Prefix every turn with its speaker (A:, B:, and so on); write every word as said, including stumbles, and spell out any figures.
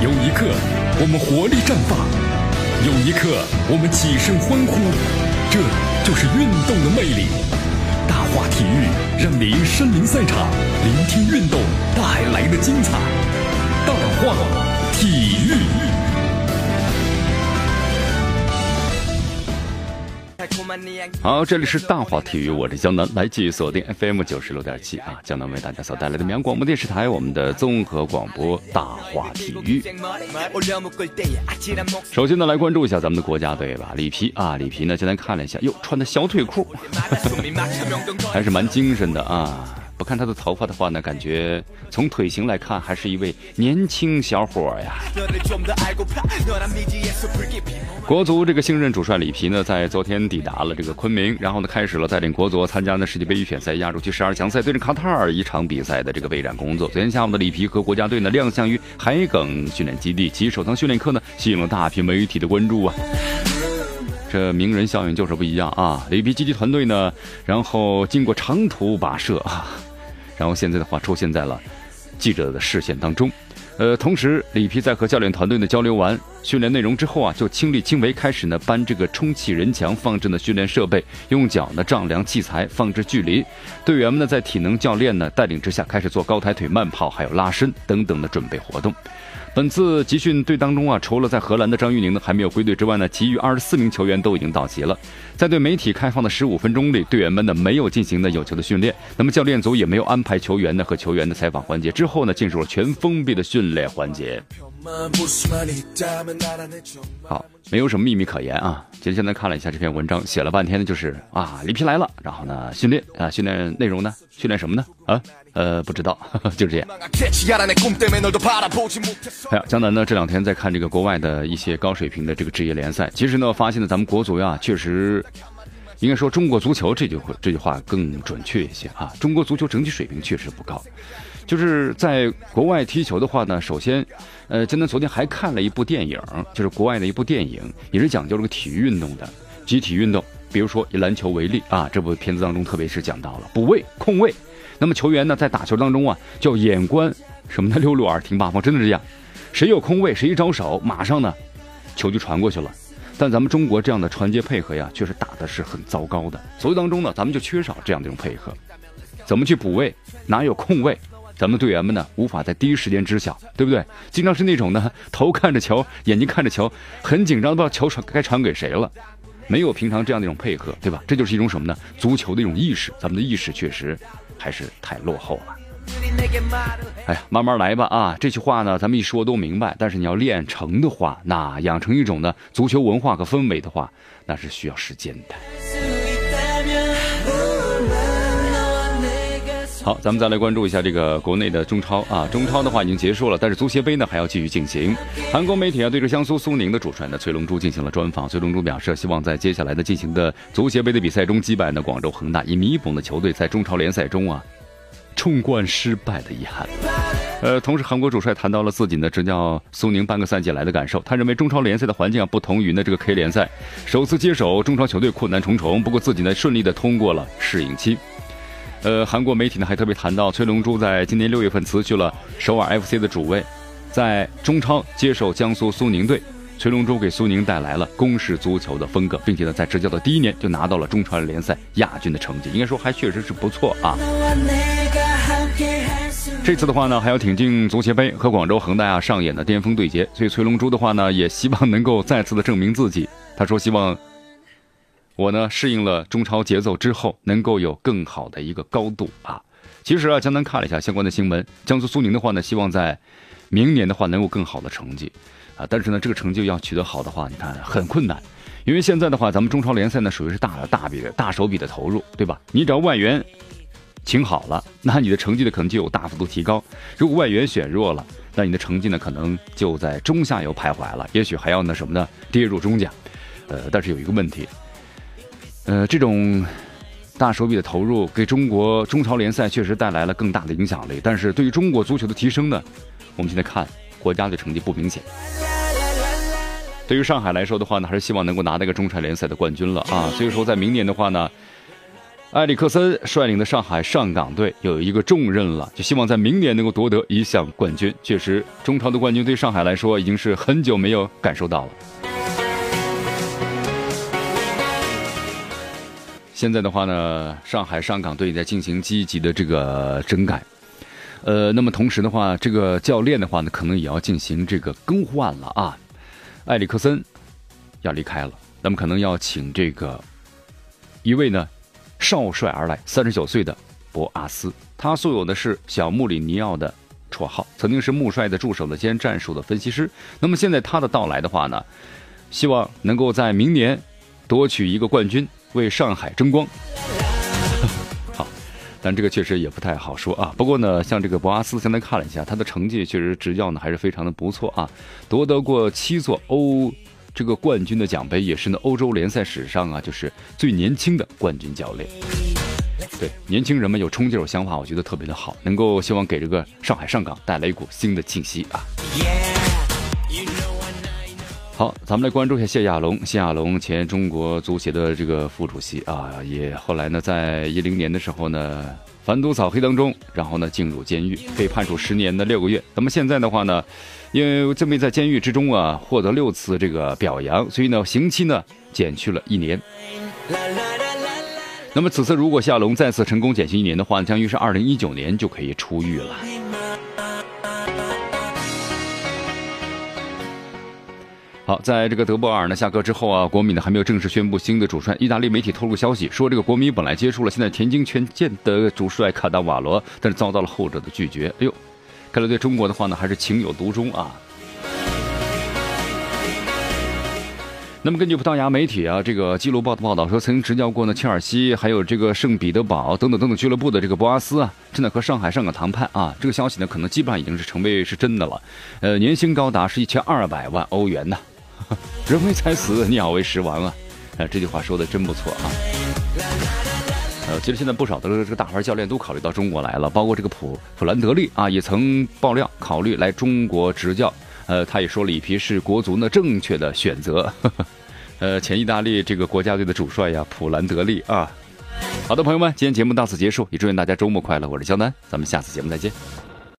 A: 有一刻我们活力绽放，有一刻我们起身欢呼，这就是运动的魅力。大话体育让您身临赛场，聆听运动带来的精彩。大话体育。好，这里是大话体育，我是江南，来继续锁定 F M 九十六点七啊，江南为大家所带来的绵阳广播电视台我们的综合广播大话体育。首先呢，来关注一下咱们的国家队吧，里皮啊，里皮呢，今天看了一下，哟，穿的小腿裤，还是蛮精神的啊。不看他的头发的话呢，感觉从腿型来看还是一位年轻小伙呀。国足这个新任主帅里皮呢，在昨天抵达了这个昆明，然后呢开始了带领国足参加呢世界杯预选赛亚洲区十二强赛对阵卡塔尔一场比赛的这个备战工作。昨天下午的里皮和国家队呢亮相于海埂训练基地，其首堂训练课呢吸引了大批媒体的关注啊。这名人效应就是不一样啊！里皮积极团队呢，然后经过长途跋涉啊，然后现在的话出现在了记者的视线当中。呃，同时里皮在和教练团队呢交流完训练内容之后啊，就亲力亲为开始呢搬这个充气人墙，放置呢训练设备，用脚呢丈量器材，放置距离。队员们呢在体能教练呢带领之下，开始做高抬腿、慢跑，还有拉伸等等的准备活动。本次集训队当中啊，除了在荷兰的张玉宁呢还没有归队之外呢，其余二十四名球员都已经到齐了。在对媒体开放的十五分钟里，队员们呢没有进行呢有球的训练，那么教练组也没有安排球员呢和球员的采访环节，之后呢进入了全封闭的训练环节。好，没有什么秘密可言啊。其实现在看了一下这篇文章，写了半天的就是啊，里皮来了，然后呢训练啊，训练内容呢，训练什么呢？啊，呃，不知道，呵呵，就是这样。哎呀，江南呢这两天在看这个国外的一些高水平的这个职业联赛，其实呢发现呢咱们国足呀，确实应该说中国足球这句这句话更准确一些啊，中国足球整体水平确实不高。就是在国外踢球的话呢，首先，呃，江南昨天还看了一部电影，就是国外的一部电影，也是讲究这个体育运动的集体运动。比如说以篮球为例啊，这部片子当中特别是讲到了补位、控位。那么球员呢在打球当中啊，叫眼观什么的六路耳听八方，真的是这样。谁有空位，谁一招手，马上呢球就传过去了。但咱们中国这样的传接配合呀，确实打的是很糟糕的。所以当中呢，咱们就缺少这样的一种配合。怎么去补位？哪有空位？咱们队员们呢无法在第一时间知晓，对不对？经常是那种呢头看着球，眼睛看着球，很紧张，不知道球传该传给谁了，没有平常这样的一种配合，对吧？这就是一种什么呢？足球的一种意识，咱们的意识确实还是太落后了。哎呀，慢慢来吧啊！这句话呢，咱们一说都明白，但是你要练成的话，那养成一种呢足球文化和氛围的话，那是需要时间的。好，咱们再来关注一下这个国内的中超啊，中超的话已经结束了，但是足协杯呢还要继续进行。韩国媒体啊对着江苏苏宁的主帅呢崔龙洙进行了专访，崔龙洙表示希望在接下来的进行的足协杯的比赛中击败呢广州恒大，以弥补呢球队在中超联赛中啊冲冠失败的遗憾。呃，同时韩国主帅谈到了自己呢执教苏宁半个赛季来的感受，他认为中超联赛的环境啊不同于呢这个 K 联赛，首次接手中超球队困难重重，不过自己呢顺利的通过了适应期。呃，韩国媒体呢还特别谈到崔龙洙在今年六月份辞去了首尔 F C 的主位，在中超接受江苏苏宁队。崔龙洙给苏宁带来了攻势足球的风格，并且呢在执教的第一年就拿到了中超联赛亚军的成绩，应该说还确实是不错啊。这次的话呢还要挺进足协杯，和广州恒大啊上演的巅峰对决，所以崔龙洙的话呢也希望能够再次的证明自己。他说希望我呢适应了中超节奏之后能够有更好的一个高度啊。其实啊江南看了一下相关的新闻，江苏苏宁的话呢希望在明年的话能够更好的成绩啊，但是呢这个成绩要取得好的话你看很困难，因为现在的话咱们中超联赛呢属于是大的大笔的大手笔的投入，对吧？你只要外援请好了，那你的成绩呢可能就有大幅度提高，如果外援选弱了，那你的成绩呢可能就在中下游徘徊了，也许还要呢什么呢跌入中甲。呃但是有一个问题，呃，这种大手笔的投入给中国中超联赛确实带来了更大的影响力，但是对于中国足球的提升呢，我们现在看国家队成绩不明显。对于上海来说的话呢，还是希望能够拿到一个中超联赛的冠军了啊。所以说在明年的话呢， 埃里克森率领的上海上港队有一个重任了，就希望在明年能够夺得一项冠军。确实，中超的冠军对上海来说已经是很久没有感受到了。现在的话呢，上海上港队在进行积极的这个整改，呃，那么同时的话，这个教练的话呢，可能也要进行这个更换了啊。埃里克森要离开了，那么可能要请这个一位呢少帅而来，三十九岁的博阿斯，他素有的是小穆里尼奥的绰号，曾经是穆帅的助手的兼战术的分析师。那么现在他的到来的话呢，希望能够在明年夺取一个冠军，为上海争光。好，但这个确实也不太好说啊。不过呢，像这个博阿斯，现在看了一下他的成绩，确实执教呢还是非常的不错啊，夺得过七座欧这个冠军的奖杯，也是呢欧洲联赛史上啊就是最年轻的冠军教练。对，年轻人们有冲劲有想法，我觉得特别的好，能够希望给这个上海上港带来一股新的气息啊。好，咱们来关注一下谢亚龙。谢亚龙前中国足协的这个副主席啊，也后来呢，在一零年的时候呢，反赌扫黑当中，然后呢进入监狱，被判处十年的六个月。那么现在的话呢，因为这位在监狱之中啊，获得六次这个表扬，所以呢，刑期呢减去了一年。那么此次如果谢亚龙再次成功减刑一年的话，将于是二零一九年就可以出狱了。好，在这个德波尔呢下课之后啊，国米呢还没有正式宣布新的主帅。意大利媒体透露消息说，这个国米本来接触了现在田径权健的主帅卡纳瓦罗，但是遭到了后者的拒绝。哎呦，看来对中国的话呢还是情有独钟啊。那么根据葡萄牙媒体啊这个纪录报的报道说，曾经执教过呢切尔西还有这个圣彼得堡等等等等俱乐部的这个博阿斯啊，正在和上海上港谈判啊。这个消息呢可能基本上已经是成为是真的了。呃，年薪高达是一千二百万欧元呢。人为财死，鸟为食亡啊！呃，这句话说的真不错啊。呃，其实现在不少的这个大牌教练都考虑到中国来了，包括这个普普兰德利啊，也曾爆料考虑来中国执教。呃，他也说里皮是国足呢正确的选择。呵呵呃，前意大利这个国家队的主帅呀，普兰德利啊。好的，朋友们，今天节目到此结束，也祝愿大家周末快乐。我是肖楠，咱们下次节目再见。